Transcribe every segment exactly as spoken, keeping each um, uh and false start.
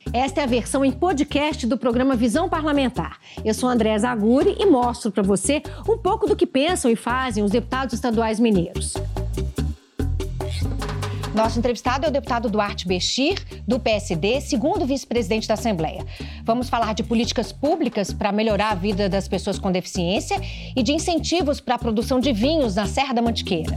Esta é a versão em podcast do programa Visão Parlamentar. Eu sou Andréa Zaguri e mostro para você um pouco do que pensam e fazem os deputados estaduais mineiros. Nosso entrevistado é o deputado Duarte Bechir, do P S D, segundo vice-presidente da Assembleia. Vamos falar de políticas públicas para melhorar a vida das pessoas com deficiência e de incentivos para a produção de vinhos na Serra da Mantiqueira.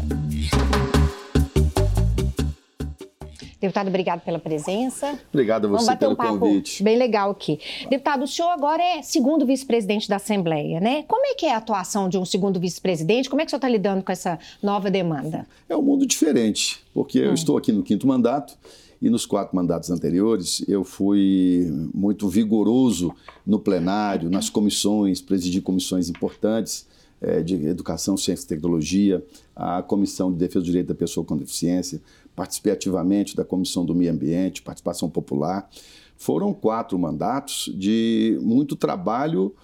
Deputado, obrigado pela presença. Obrigado a você Vamos bater pelo um papo convite. Bem legal aqui. Deputado, o senhor agora é segundo vice-presidente da Assembleia, né? Como é que é a atuação de um segundo vice-presidente? Como é que o senhor está lidando com essa nova demanda? É um mundo diferente, porque hum. eu estou aqui no quinto mandato e nos quatro mandatos anteriores eu fui muito vigoroso no plenário, nas comissões, presidi comissões importantes é, de Educação, Ciência e Tecnologia, a Comissão de Defesa do Direito da Pessoa com Deficiência, participei ativamente da Comissão do Meio Ambiente, Participação Popular. Foram quatro mandatos de muito trabalho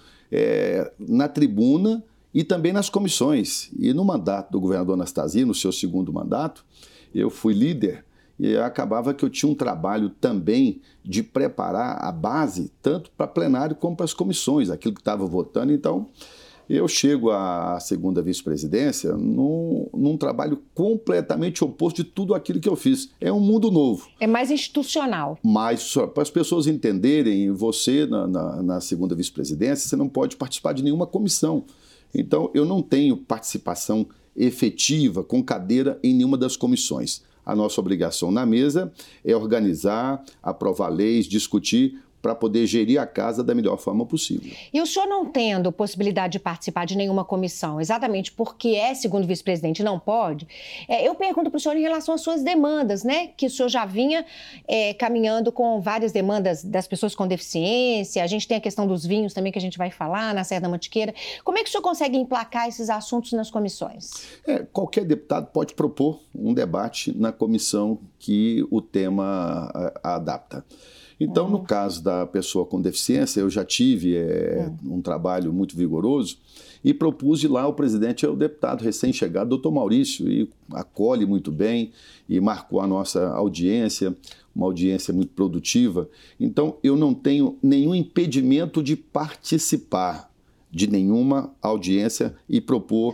é, na tribuna e também nas comissões. E no mandato do governador Anastasia, no seu segundo mandato, eu fui líder e acabava que eu tinha um trabalho também de preparar a base tanto para plenário como para as comissões, aquilo que estava votando. Então, eu chego à segunda vice-presidência num, num trabalho completamente oposto de tudo aquilo que eu fiz. É um mundo novo. É mais institucional. Mas, para as pessoas entenderem, você, na, na, na segunda vice-presidência, você não pode participar de nenhuma comissão. Então, eu não tenho participação efetiva, com cadeira, em nenhuma das comissões. A nossa obrigação na mesa é organizar, aprovar leis, discutir, para poder gerir a casa da melhor forma possível. E o senhor não tendo possibilidade de participar de nenhuma comissão, exatamente porque é segundo vice-presidente e não pode, é, eu pergunto para o senhor em relação às suas demandas, né? Que o senhor já vinha é, caminhando com várias demandas das pessoas com deficiência, a gente tem a questão dos vinhos também que a gente vai falar na Serra da Mantiqueira. Como é que o senhor consegue emplacar esses assuntos nas comissões? É, qualquer deputado pode propor um debate na comissão que o tema a, a adapta. Então, uhum. no caso da pessoa com deficiência, eu já tive é, uhum. um trabalho muito vigoroso e propus de lá o presidente, é o deputado recém-chegado, doutor Maurício, e acolhe muito bem e marcou a nossa audiência, uma audiência muito produtiva. Então, eu não tenho nenhum impedimento de participar de nenhuma audiência e propor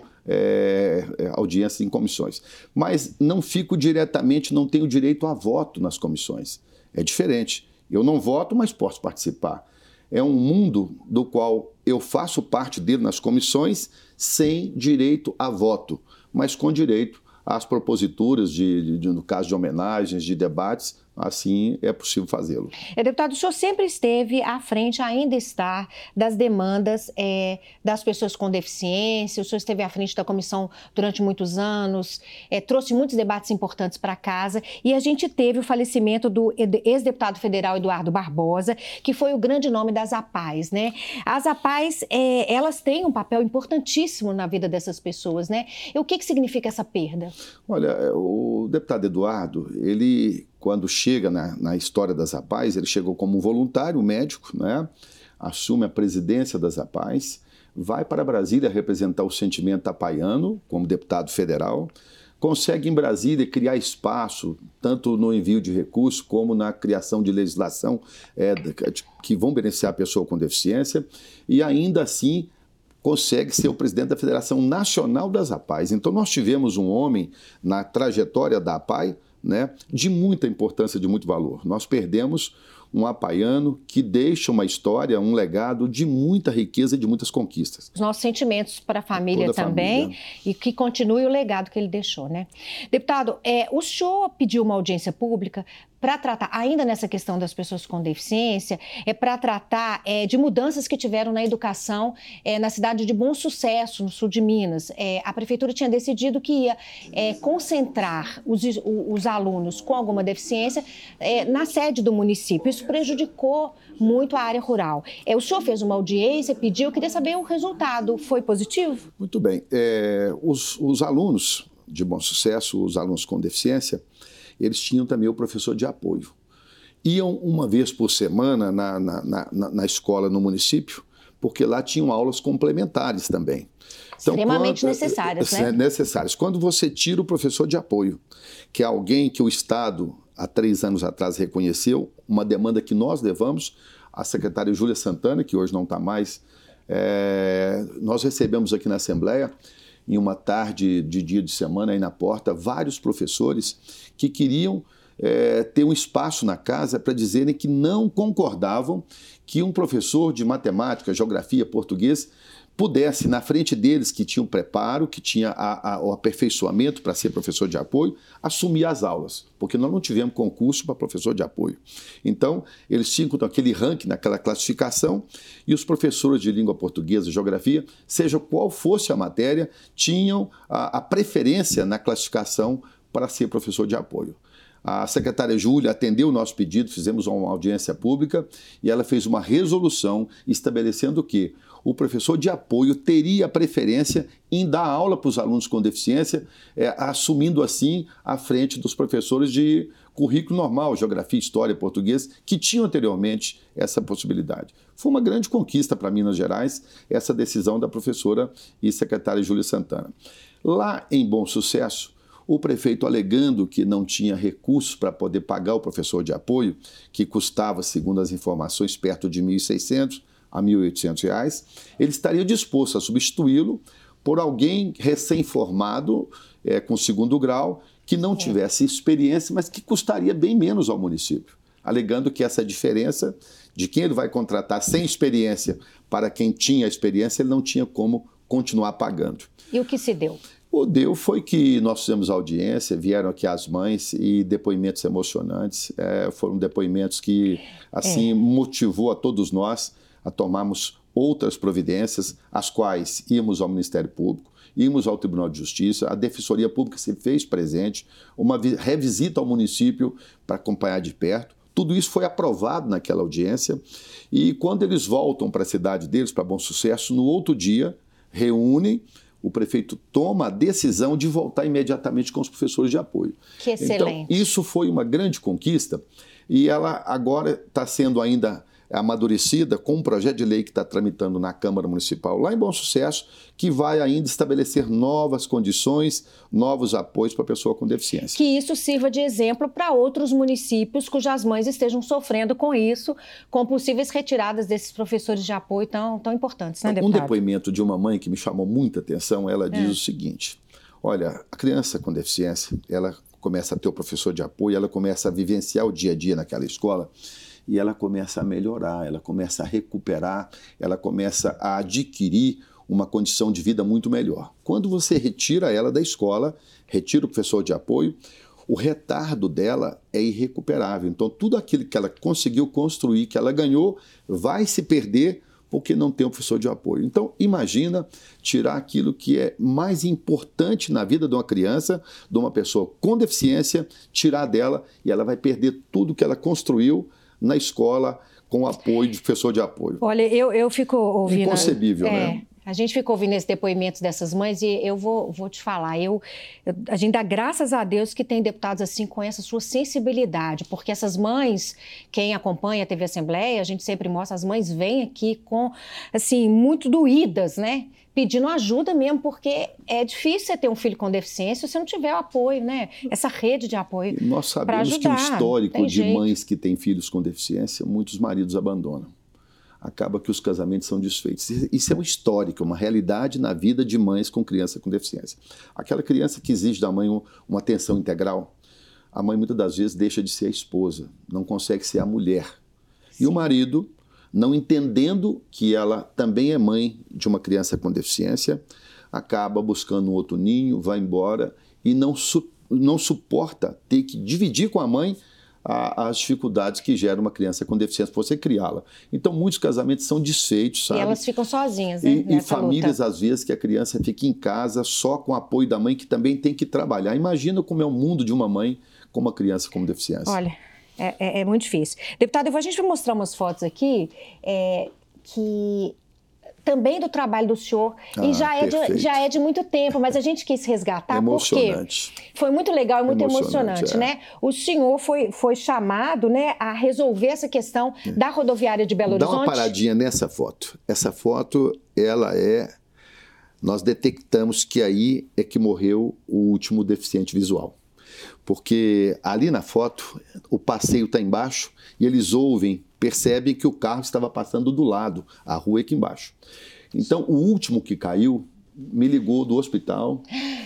é, audiência em comissões. Mas não fico diretamente, não tenho direito a voto nas comissões. É diferente. Eu não voto, mas posso participar. É um mundo do qual eu faço parte dele nas comissões sem direito a voto, mas com direito às proposituras, de, de, no caso de homenagens, de debates, assim é possível fazê-lo. É, deputado, o senhor sempre esteve à frente, ainda está, das demandas é, das pessoas com deficiência, o senhor esteve à frente da comissão durante muitos anos, é, trouxe muitos debates importantes para casa e a gente teve o falecimento do ex-deputado federal Eduardo Barbosa, que foi o grande nome das APAES, né? As APAES, é, elas têm um papel importantíssimo na vida dessas pessoas, né? E o que, que significa essa perda? Olha, o deputado Eduardo, ele... Quando chega na, na história das APAES, ele chegou como um voluntário médico, né? Assume a presidência das APAES, vai para Brasília representar o sentimento apaiano como deputado federal, consegue em Brasília criar espaço, tanto no envio de recursos como na criação de legislação é, que vão beneficiar a pessoa com deficiência e ainda assim consegue ser o presidente da Federação Nacional das APAES. Então nós tivemos um homem na trajetória da APAE, né, de muita importância, de muito valor. Nós perdemos um apaiano que deixa uma história, um legado de muita riqueza e de muitas conquistas. Os nossos sentimentos para a família também família. E que continue o legado que ele deixou, né? Deputado, é, o senhor pediu uma audiência pública para tratar, ainda nessa questão das pessoas com deficiência, é para tratar é, de mudanças que tiveram na educação é, na cidade de Bom Sucesso, no sul de Minas. É, a prefeitura tinha decidido que ia é, concentrar os, os alunos com alguma deficiência é, na sede do município. Isso prejudicou muito a área rural. É, o senhor fez uma audiência, pediu, eu queria saber o resultado. Foi positivo? Muito bem. É, os, os alunos de Bom Sucesso, os alunos com deficiência, eles tinham também o professor de apoio. Iam uma vez por semana na, na, na, na escola no município, porque lá tinham aulas complementares também. Então, extremamente quando, necessárias, né? Necessárias. Quando você tira o professor de apoio, que é alguém que o Estado há três anos atrás, reconheceu uma demanda que nós levamos, a secretária Júlia Santana, que hoje não está mais, é, nós recebemos aqui na Assembleia, em uma tarde de dia de semana, aí na porta, vários professores que queriam é, ter um espaço na casa para dizerem que não concordavam que um professor de matemática, geografia, português, pudesse, na frente deles, que tinham preparo, que tinha a, a, o aperfeiçoamento para ser professor de apoio, assumir as aulas, porque nós não tivemos concurso para professor de apoio. Então, eles tinham aquele ranking, naquela classificação, e os professores de língua portuguesa, geografia, seja qual fosse a matéria, tinham a, a preferência na classificação para ser professor de apoio. A secretária Júlia atendeu o nosso pedido, fizemos uma audiência pública e ela fez uma resolução estabelecendo que o professor de apoio teria preferência em dar aula para os alunos com deficiência, é, assumindo assim à frente dos professores de currículo normal, geografia, história, português, que tinham anteriormente essa possibilidade. Foi uma grande conquista para Minas Gerais essa decisão da professora e secretária Júlia Santana. Lá em Bom Sucesso, o prefeito, alegando que não tinha recursos para poder pagar o professor de apoio, que custava, segundo as informações, perto de mil e seiscentos a mil e oitocentos reais, ele estaria disposto a substituí-lo por alguém recém-formado, é, com segundo grau, que não tivesse experiência, mas que custaria bem menos ao município, alegando que essa diferença de quem ele vai contratar sem experiência para quem tinha experiência, ele não tinha como continuar pagando. E o que se deu? O deu foi que nós fizemos audiência, vieram aqui as mães e depoimentos emocionantes, é, foram depoimentos que, assim, é. motivou a todos nós a tomarmos outras providências, as quais íamos ao Ministério Público, íamos ao Tribunal de Justiça, a Defensoria Pública se fez presente, uma revisita ao município para acompanhar de perto. Tudo isso foi aprovado naquela audiência e quando eles voltam para a cidade deles, para Bom Sucesso, no outro dia, reúnem, o prefeito toma a decisão de voltar imediatamente com os professores de apoio. Que excelente. Então, isso foi uma grande conquista e ela agora está sendo ainda amadurecida com um projeto de lei que está tramitando na Câmara Municipal lá em Bom Sucesso, que vai ainda estabelecer novas condições, novos apoios para a pessoa com deficiência. Que isso sirva de exemplo para outros municípios cujas mães estejam sofrendo com isso, com possíveis retiradas desses professores de apoio tão, tão importantes, né, deputado? Um depoimento de uma mãe que me chamou muita atenção, ela diz é. o seguinte, olha, a criança com deficiência, ela começa a ter o professor de apoio, ela começa a vivenciar o dia a dia naquela escola, e ela começa a melhorar, ela começa a recuperar, ela começa a adquirir uma condição de vida muito melhor. Quando você retira ela da escola, retira o professor de apoio, o retardo dela é irrecuperável. Então, tudo aquilo que ela conseguiu construir, que ela ganhou, vai se perder porque não tem o professor de apoio. Então, imagina tirar aquilo que é mais importante na vida de uma criança, de uma pessoa com deficiência, tirar dela e ela vai perder tudo que ela construiu na escola com o apoio de professor de apoio. Olha, eu, eu fico ouvindo... Inconcebível, é, né? A gente fica ouvindo esses depoimentos dessas mães e eu vou, vou te falar, eu, eu, a gente dá graças a Deus que tem deputados assim com essa sua sensibilidade, porque essas mães, quem acompanha a T V Assembleia, a gente sempre mostra, as mães vêm aqui com, assim, muito doídas, né? Pedindo ajuda mesmo, porque é difícil você ter um filho com deficiência se você não tiver o apoio, né? Essa rede de apoio. Nós sabemos ajudar, que o histórico de jeito. mães que têm filhos com deficiência, muitos maridos abandonam. Acaba que os casamentos são desfeitos. Isso é um histórico, uma realidade na vida de mães com criança com deficiência. Aquela criança que exige da mãe uma atenção integral, a mãe muitas das vezes deixa de ser a esposa, não consegue ser a mulher. Sim. E o marido, não entendendo que ela também é mãe de uma criança com deficiência, acaba buscando um outro ninho, vai embora e não, su não suporta ter que dividir com a mãe a, as dificuldades que gera uma criança com deficiência para você criá-la. Então, muitos casamentos são desfeitos, sabe? E elas ficam sozinhas, né? E, e famílias, luta. às vezes, que a criança fica em casa só com o apoio da mãe, que também tem que trabalhar. Imagina como é o mundo de uma mãe com uma criança com deficiência. Olha... É, é, é muito difícil. Deputado, a gente vai mostrar umas fotos aqui é, que também do trabalho do senhor, ah, e já é, de, já é de muito tempo, mas a gente quis resgatar emocionante. Porque foi muito legal e muito emocionante, emocionante é. né? O senhor foi, foi chamado, né, a resolver essa questão é. da rodoviária de Belo Horizonte. Dá uma paradinha nessa foto. Essa foto, ela é... Nós detectamos que aí é que morreu o último deficiente visual. porque ali na foto o passeio está embaixo e eles ouvem, percebem que o carro estava passando do lado, a rua é aqui embaixo. Então, o último que caiu me ligou do hospital,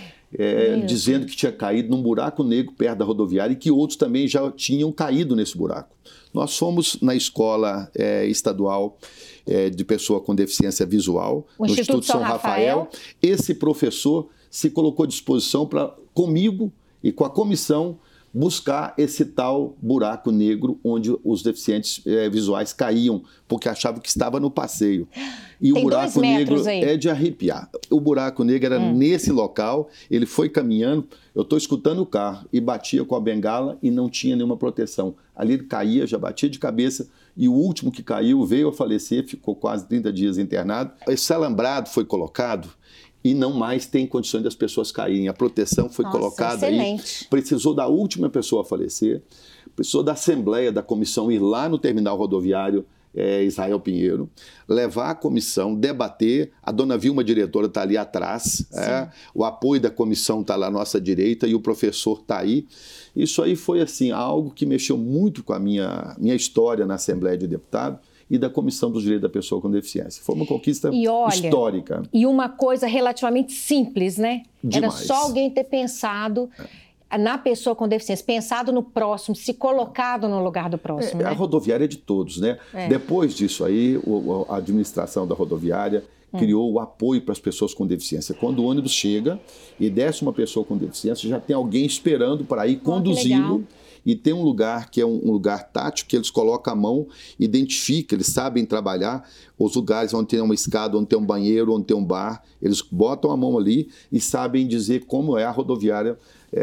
é, dizendo que tinha caído num buraco negro perto da rodoviária e que outros também já tinham caído nesse buraco. Nós fomos na escola é, estadual é, de pessoa com deficiência visual, o no Instituto Instituto São Rafael. Rafael. Esse professor se colocou à disposição para, comigo e com a comissão, buscar esse tal buraco negro onde os deficientes é, visuais caíam, porque achavam que estava no passeio. E Tem o buraco negro aí. é de arrepiar. O buraco negro era hum. nesse local, ele foi caminhando, eu estou escutando o carro e batia com a bengala e não tinha nenhuma proteção. Ali ele caía, já batia de cabeça, e o último que caiu veio a falecer, ficou quase trinta dias internado. Esse alambrado foi colocado e não mais tem condições das pessoas caírem. A proteção foi Nossa, colocada excelente. aí. Precisou da última pessoa a falecer, precisou da assembleia da comissão ir lá no terminal rodoviário é, Israel Pinheiro, levar a comissão, debater. A dona Vilma, diretora, está ali atrás, é, o apoio da comissão está lá à nossa direita e o professor está aí. Isso aí foi assim, algo que mexeu muito com a minha, minha história na Assembleia de Deputados e da Comissão dos Direitos da Pessoa com Deficiência. Foi uma conquista e olha, histórica. E uma coisa relativamente simples, né? Demais. Era só alguém ter pensado é. na pessoa com deficiência, pensado no próximo, se colocado no lugar do próximo. É, né? A rodoviária é de todos, né? É. Depois disso aí, o, a administração da rodoviária hum. criou o apoio para as pessoas com deficiência. Quando o ônibus chega e desce uma pessoa com deficiência, já tem alguém esperando para ir conduzi-lo. E tem um lugar que é um lugar tátil, que eles colocam a mão, identificam, eles sabem trabalhar os lugares onde tem uma escada, onde tem um banheiro, onde tem um bar. Eles botam a mão ali e sabem dizer como é a rodoviária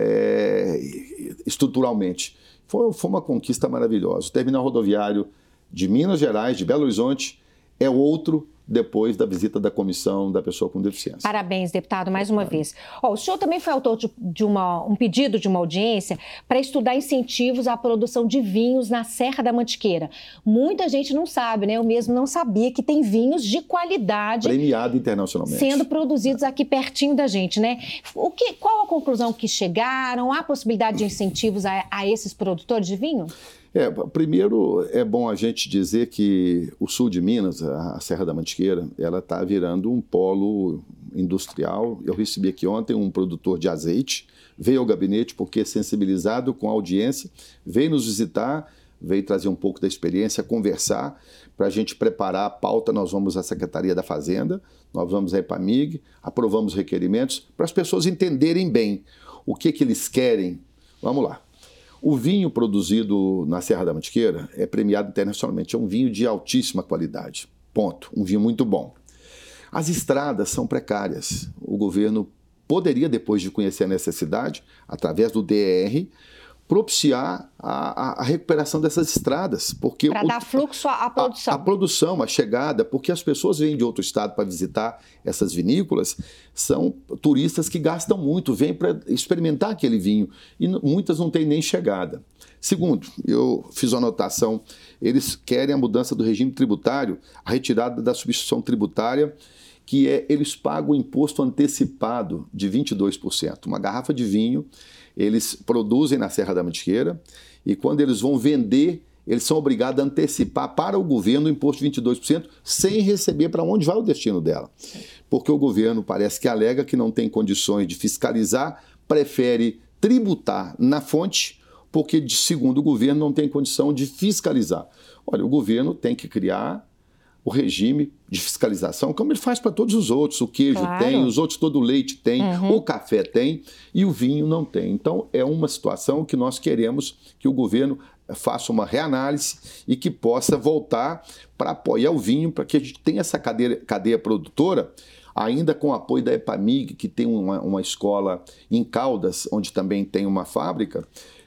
é, estruturalmente. Foi, foi uma conquista maravilhosa. O terminal rodoviário de Minas Gerais, de Belo Horizonte, é outro depois da visita da comissão da pessoa com deficiência. Parabéns, deputado, mais uma vez. Oh, o senhor também foi autor de, de uma, um pedido de uma audiência para estudar incentivos à produção de vinhos na Serra da Mantiqueira. Muita gente não sabe, né? Eu mesmo não sabia que tem vinhos de qualidade... Premiado internacionalmente. ...sendo produzidos aqui pertinho da gente, né? O que, qual a conclusão que chegaram? Há possibilidade de incentivos a, a esses produtores de vinho? É, primeiro, é bom a gente dizer que o sul de Minas, a Serra da Mantiqueira, ela está virando um polo industrial. Eu recebi aqui ontem um produtor de azeite, veio ao gabinete porque é sensibilizado com a audiência, veio nos visitar, veio trazer um pouco da experiência, conversar, para a gente preparar a pauta. Nós vamos à Secretaria da Fazenda, nós vamos à EPAMIG, aprovamos requerimentos, para as pessoas entenderem bem o que, que eles querem. Vamos lá. O vinho produzido na Serra da Mantiqueira é premiado internacionalmente. É um vinho de altíssima qualidade. Ponto. Um vinho muito bom. As estradas são precárias. O governo poderia, depois de conhecer a necessidade, através do D E R, propiciar a, a, a recuperação dessas estradas. Para dar fluxo à, à produção. A, a produção, a chegada, porque as pessoas vêm de outro estado para visitar essas vinícolas, são turistas que gastam muito, vêm para experimentar aquele vinho e muitas não têm nem chegada. Segundo, eu fiz uma anotação, eles querem a mudança do regime tributário, a retirada da substituição tributária, que é, eles pagam o imposto antecipado de vinte e dois por cento. Uma garrafa de vinho, eles produzem na Serra da Mantiqueira e quando eles vão vender, eles são obrigados a antecipar para o governo o imposto de vinte e dois por cento sem receber para onde vai o destino dela. Porque o governo parece que alega que não tem condições de fiscalizar, prefere tributar na fonte, porque, segundo o governo, não tem condição de fiscalizar. Olha, o governo tem que criar o regime de fiscalização, como ele faz para todos os outros. O queijo claro. tem, os outros todo o leite tem, uhum. o café tem e o vinho não tem. Então, é uma situação que nós queremos que o governo faça uma reanálise e que possa voltar para apoiar o vinho, para que a gente tenha essa cadeia, cadeia produtora, ainda com o apoio da EPAMIG, que tem uma, uma escola em Caldas, onde também tem uma fábrica,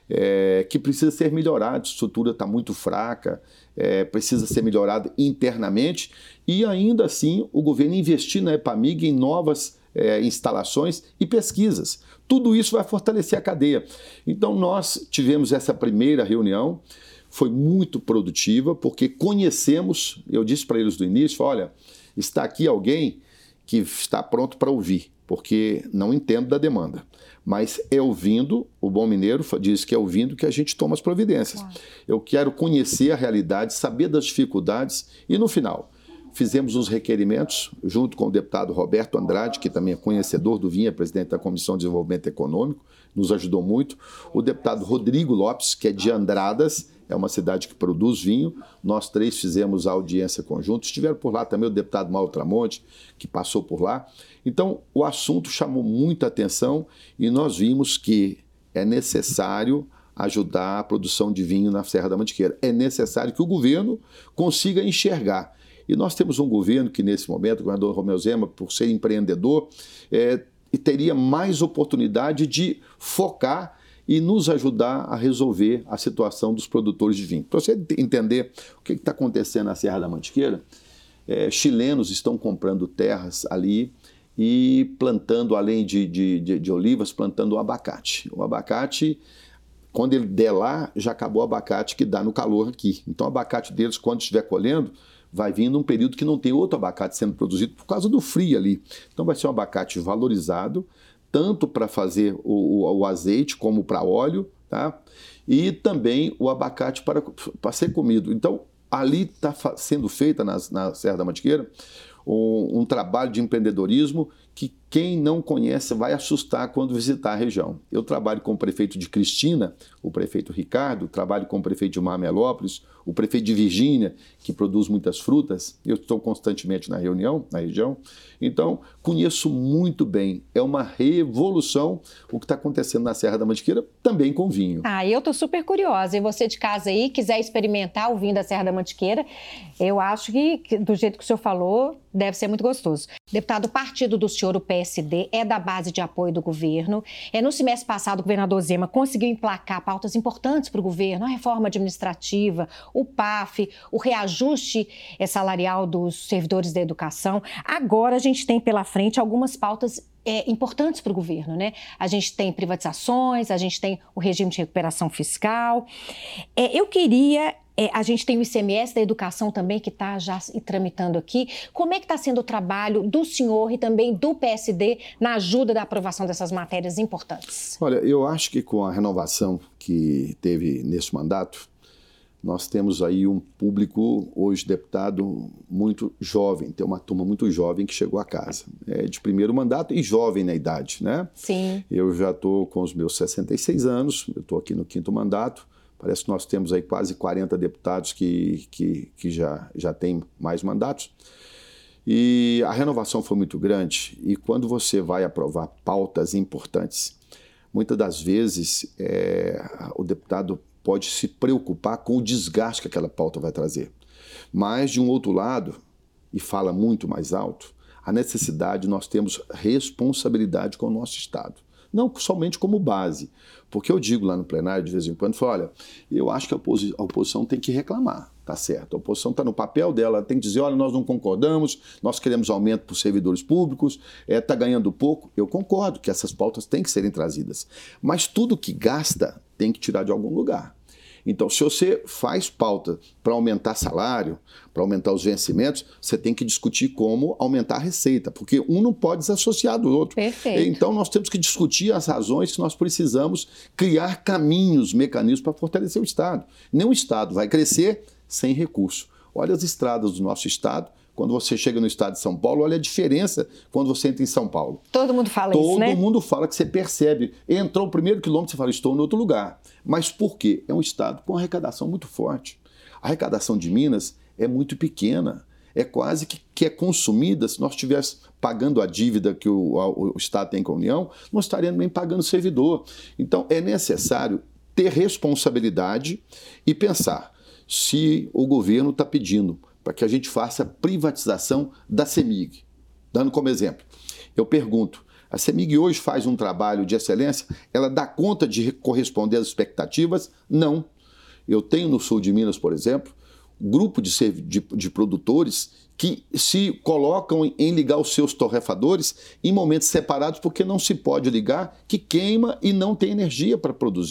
É, que precisa ser melhorada, a estrutura está muito fraca, é, precisa ser melhorada internamente e ainda assim o governo investir na EPAMIG em novas é, instalações e pesquisas. Tudo isso vai fortalecer a cadeia. Então nós tivemos essa primeira reunião, foi muito produtiva porque conhecemos, eu disse para eles do início, olha, está aqui alguém que está pronto para ouvir, porque não entendo da demanda. Mas é ouvindo, o bom mineiro diz que é ouvindo que a gente toma as providências. Claro. Eu quero conhecer a realidade, saber das dificuldades e, no final, fizemos os requerimentos junto com o deputado Roberto Andrade, que também é conhecedor do vinho, é presidente da Comissão de Desenvolvimento Econômico, nos ajudou muito. O deputado Rodrigo Lopes, que é de Andradas, é uma cidade que produz vinho. Nós três fizemos a audiência conjunta. Estiveram por lá também o deputado Mauro Tramonte, que passou por lá. Então, o assunto chamou muita atenção e nós vimos que é necessário ajudar a produção de vinho na Serra da Mantiqueira. É necessário que o governo consiga enxergar. E nós temos um governo que, nesse momento, o governador Romeu Zema, por ser empreendedor, é, teria mais oportunidade de focar e nos ajudar a resolver a situação dos produtores de vinho. Para você entender o que está acontecendo na Serra da Mantiqueira, é, chilenos estão comprando terras ali e plantando, além de, de, de, de olivas, plantando o abacate. O abacate, quando ele der lá, já acabou o abacate que dá no calor aqui. Então o abacate deles, quando estiver colhendo, vai vir num período que não tem outro abacate sendo produzido por causa do frio ali. Então vai ser um abacate valorizado, tanto para fazer o, o, o azeite como para óleo, tá? E também o abacate para, para ser comido. Então, ali está sendo feita na, na Serra da Mantiqueira um, um trabalho de empreendedorismo que quem não conhece vai assustar quando visitar a região. Eu trabalho com o prefeito de Cristina, o prefeito Ricardo, trabalho com o prefeito de Marmelópolis, o prefeito de Virgínia, que produz muitas frutas. Eu estou constantemente na reunião, na região. Então, conheço muito bem. É uma revolução o que está acontecendo na Serra da Mantiqueira, também com vinho. Ah, eu estou super curiosa. E você de casa aí, quiser experimentar o vinho da Serra da Mantiqueira, eu acho que, que do jeito que o senhor falou, deve ser muito gostoso. Deputado, o partido do senhor, o P S D, é da base de apoio do governo. É, no semestre passado, o governador Zema conseguiu emplacar pautas importantes para o governo, a reforma administrativa, o P A F, o reajuste salarial dos servidores da educação. Agora a gente tem pela frente algumas pautas é, importantes para o governo, né? A gente tem privatizações, a gente tem o regime de recuperação fiscal. É, eu queria... É, a gente tem o I C M S da educação também, que está já tramitando aqui. Como é que está sendo o trabalho do senhor e também do P S D na ajuda da aprovação dessas matérias importantes? Olha, eu acho que com a renovação que teve nesse mandato, nós temos aí um público, hoje deputado, muito jovem. Tem uma turma muito jovem que chegou a casa. É de primeiro mandato e jovem na idade, né? Sim. Eu já estou com os meus sessenta e seis anos, eu estou aqui no quinto mandato. Parece que nós temos aí quase quarenta deputados que, que, que já, já têm mais mandatos. E a renovação foi muito grande. E quando você vai aprovar pautas importantes, muitas das vezes é, o deputado pode se preocupar com o desgaste que aquela pauta vai trazer. Mas, de um outro lado, e fala muito mais alto, a necessidade, nós temos responsabilidade com o nosso Estado. Não somente como base, porque eu digo lá no plenário de vez em quando, falo, olha, eu acho que a, oposi a oposição tem que reclamar, tá certo? A oposição está no papel dela, tem que dizer, olha, nós não concordamos, nós queremos aumento para os servidores públicos, está é, ganhando pouco. Eu concordo que essas pautas têm que serem trazidas, mas tudo que gasta tem que tirar de algum lugar. Então, se você faz pauta para aumentar salário, para aumentar os vencimentos, você tem que discutir como aumentar a receita, porque um não pode desassociar do outro. Perfeito. Então, nós temos que discutir as razões que nós precisamos criar caminhos, mecanismos para fortalecer o Estado. Nenhum Estado vai crescer sem recurso. Olha as estradas do nosso Estado. Quando você chega no estado de São Paulo, olha a diferença quando você entra em São Paulo. Todo mundo fala Todo isso, né? Todo mundo fala que você percebe. Entrou o primeiro quilômetro, você fala, estou em outro lugar. Mas por quê? É um estado com arrecadação muito forte. A arrecadação de Minas é muito pequena. É quase que, que é consumida. Se nós estivéssemos pagando a dívida que o, a, o Estado tem com a União, nós estaríamos nem pagando o servidor. Então, é necessário ter responsabilidade e pensar se o governo está pedindo para que a gente faça a privatização da CEMIG. Dando como exemplo, eu pergunto, a CEMIG hoje faz um trabalho de excelência? Ela dá conta de corresponder às expectativas? Não. Eu tenho no sul de Minas, por exemplo, um grupo de, de, de produtores que se colocam em ligar os seus torrefadores em momentos separados porque não se pode ligar, que queima e não tem energia para produzir.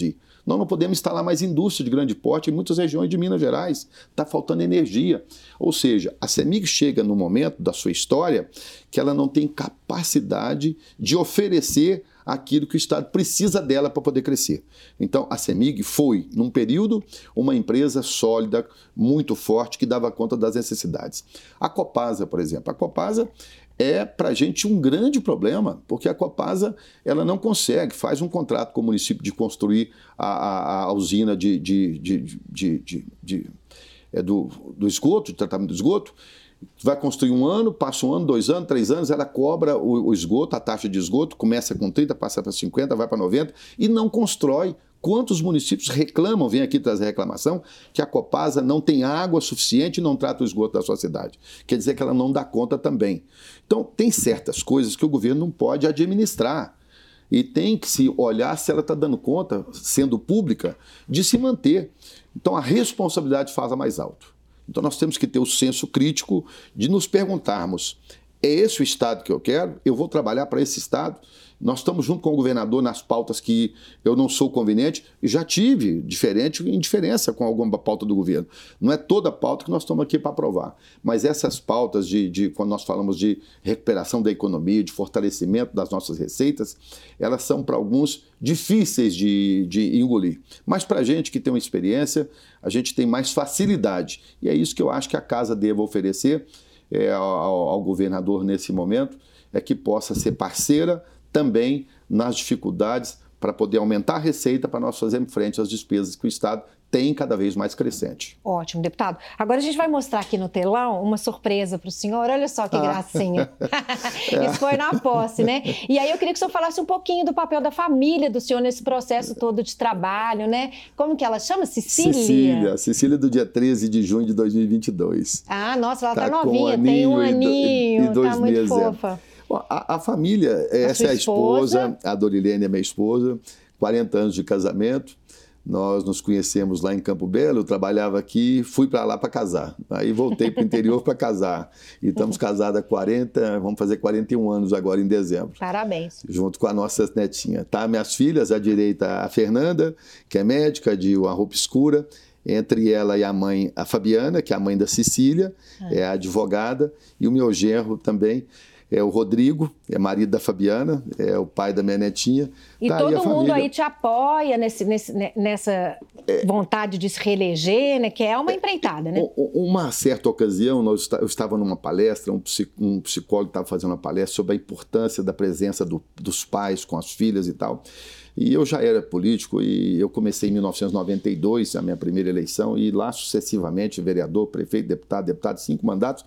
Nós não podemos instalar mais indústria de grande porte em muitas regiões de Minas Gerais. Está faltando energia. Ou seja, a CEMIG chega no momento da sua história que ela não tem capacidade de oferecer aquilo que o Estado precisa dela para poder crescer. Então, a CEMIG foi, num período, uma empresa sólida, muito forte, que dava conta das necessidades. A Copasa, por exemplo. A Copasa é, para a gente, um grande problema, porque a Copasa ela não consegue, faz um contrato com o município de construir a, a, a usina de, de, de, de, de, de, é do, do esgoto, de tratamento do esgoto, vai construir um ano, passa um ano, dois anos, três anos, ela cobra o, o esgoto, a taxa de esgoto, começa com trinta, passa para cinquenta, vai para noventa e não constrói. Quantos municípios reclamam, vem aqui trazer reclamação, que a Copasa não tem água suficiente e não trata o esgoto da sua cidade? Quer dizer que ela não dá conta também. Então, tem certas coisas que o governo não pode administrar. E tem que se olhar se ela está dando conta, sendo pública, de se manter. Então, a responsabilidade fala mais alto. Então, nós temos que ter o senso crítico de nos perguntarmos, é esse o Estado que eu quero? Eu vou trabalhar para esse Estado? Nós estamos junto com o governador nas pautas que eu não sou conveniente e já tive diferente indiferença com alguma pauta do governo. Não é toda pauta que nós estamos aqui para aprovar, mas essas pautas de, de quando nós falamos de recuperação da economia, de fortalecimento das nossas receitas, elas são para alguns difíceis de, de engolir. Mas para a gente que tem uma experiência, a gente tem mais facilidade. E é isso que eu acho que a Casa deva oferecer é, ao, ao governador nesse momento, é que possa ser parceira também nas dificuldades para poder aumentar a receita para nós fazermos frente às despesas que o Estado tem cada vez mais crescente. Ótimo, deputado. Agora a gente vai mostrar aqui no telão uma surpresa para o senhor. Olha só que gracinha. Isso foi na posse, né? E aí eu queria que o senhor falasse um pouquinho do papel da família do senhor nesse processo todo de trabalho, né? Como que ela chama? Cecília? Cecília. Cecília do dia treze de junho de dois mil e vinte e dois. Ah, nossa, ela tá, tá novinha, um tem um aninho, e do, e dois tá muito meses, fofa. É. Bom, a, a família, a essa é a esposa, esposa, a Dorilene é minha esposa, quarenta anos de casamento. Nós nos conhecemos lá em Campo Belo, eu trabalhava aqui, fui para lá para casar. Aí voltei para o interior para casar. E estamos casados há quarenta, vamos fazer quarenta e um anos agora em dezembro. Parabéns. Junto com a nossa netinha. Tá, minhas filhas, à direita a Fernanda, que é médica, de uma roupa escura. Entre ela e a mãe, a Fabiana, que é a mãe da Cecília, ah. é a advogada. E o meu genro também é o Rodrigo, é marido da Fabiana, é o pai da minha netinha. E tá, todo e mundo família... aí te apoia nesse, nesse, nessa é... vontade de se reeleger, né? Que é uma empreitada, né? Uma certa ocasião, nós, eu estava numa palestra, um, um psicólogo estava fazendo uma palestra sobre a importância da presença do, dos pais com as filhas e tal. E eu já era político e eu comecei em mil novecentos e noventa e dois, a minha primeira eleição, e lá sucessivamente vereador, prefeito, deputado, deputado, cinco mandatos.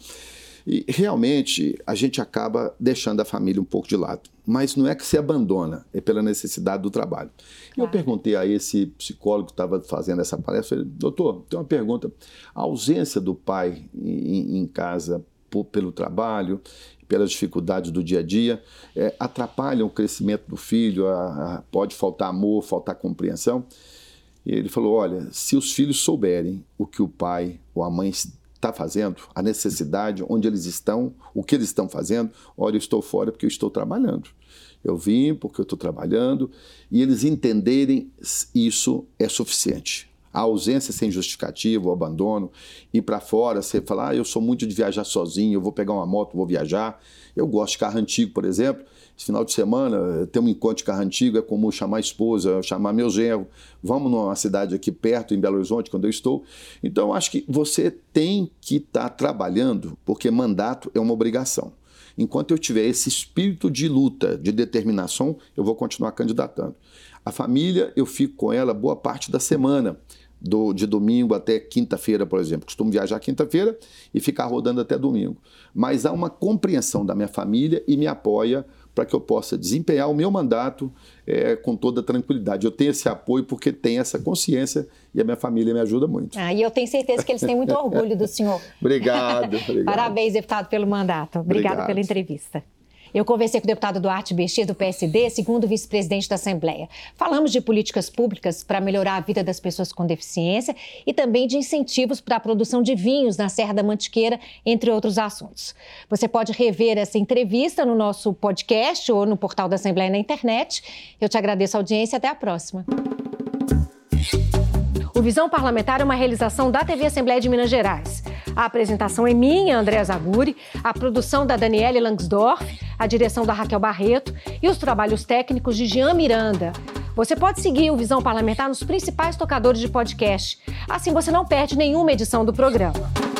E realmente a gente acaba deixando a família um pouco de lado. Mas não é que se abandona, é pela necessidade do trabalho. Claro. Eu perguntei a esse psicólogo que estava fazendo essa palestra, falei, doutor, tem uma pergunta. A ausência do pai em, em casa por, pelo trabalho, pelas dificuldades do dia a dia, é, atrapalham o crescimento do filho, a, a, pode faltar amor, faltar compreensão. E ele falou, olha, se os filhos souberem o que o pai ou a mãe está fazendo, a necessidade, onde eles estão, o que eles estão fazendo, olha, eu estou fora porque eu estou trabalhando. Eu vim porque eu estou trabalhando, e eles entenderem isso é suficiente. A ausência sem justificativa, o abandono, ir para fora, você falar, ah, eu sou muito de viajar sozinho, eu vou pegar uma moto, vou viajar. Eu gosto de carro antigo, por exemplo. Esse final de semana tem um encontro de carro antigo, é comum chamar a esposa, chamar meu genro. Vamos numa cidade aqui perto, em Belo Horizonte, quando eu estou. Então, eu acho que você tem que estar trabalhando, porque mandato é uma obrigação. Enquanto eu tiver esse espírito de luta, de determinação, eu vou continuar candidatando. A família, eu fico com ela boa parte da semana. Do, de domingo até quinta-feira, por exemplo. Costumo viajar quinta-feira e ficar rodando até domingo. Mas há uma compreensão da minha família e me apoia para que eu possa desempenhar o meu mandato é, com toda tranquilidade. Eu tenho esse apoio porque tenho essa consciência e a minha família me ajuda muito. Ah, e eu tenho certeza que eles têm muito orgulho do senhor. Obrigado, obrigado. Parabéns, deputado, pelo mandato. Obrigada Obrigado. Pela entrevista. Eu conversei com o deputado Duarte Bexia, do P S D, segundo vice-presidente da Assembleia. Falamos de políticas públicas para melhorar a vida das pessoas com deficiência e também de incentivos para a produção de vinhos na Serra da Mantiqueira, entre outros assuntos. Você pode rever essa entrevista no nosso podcast ou no portal da Assembleia na internet. Eu te agradeço a audiência e até a próxima. Visão Parlamentar é uma realização da T V Assembleia de Minas Gerais. A apresentação é minha, Andréa Zaguri, a produção da Daniele Langsdorff, a direção da Raquel Barreto e os trabalhos técnicos de Jean Miranda. Você pode seguir o Visão Parlamentar nos principais tocadores de podcast. Assim você não perde nenhuma edição do programa.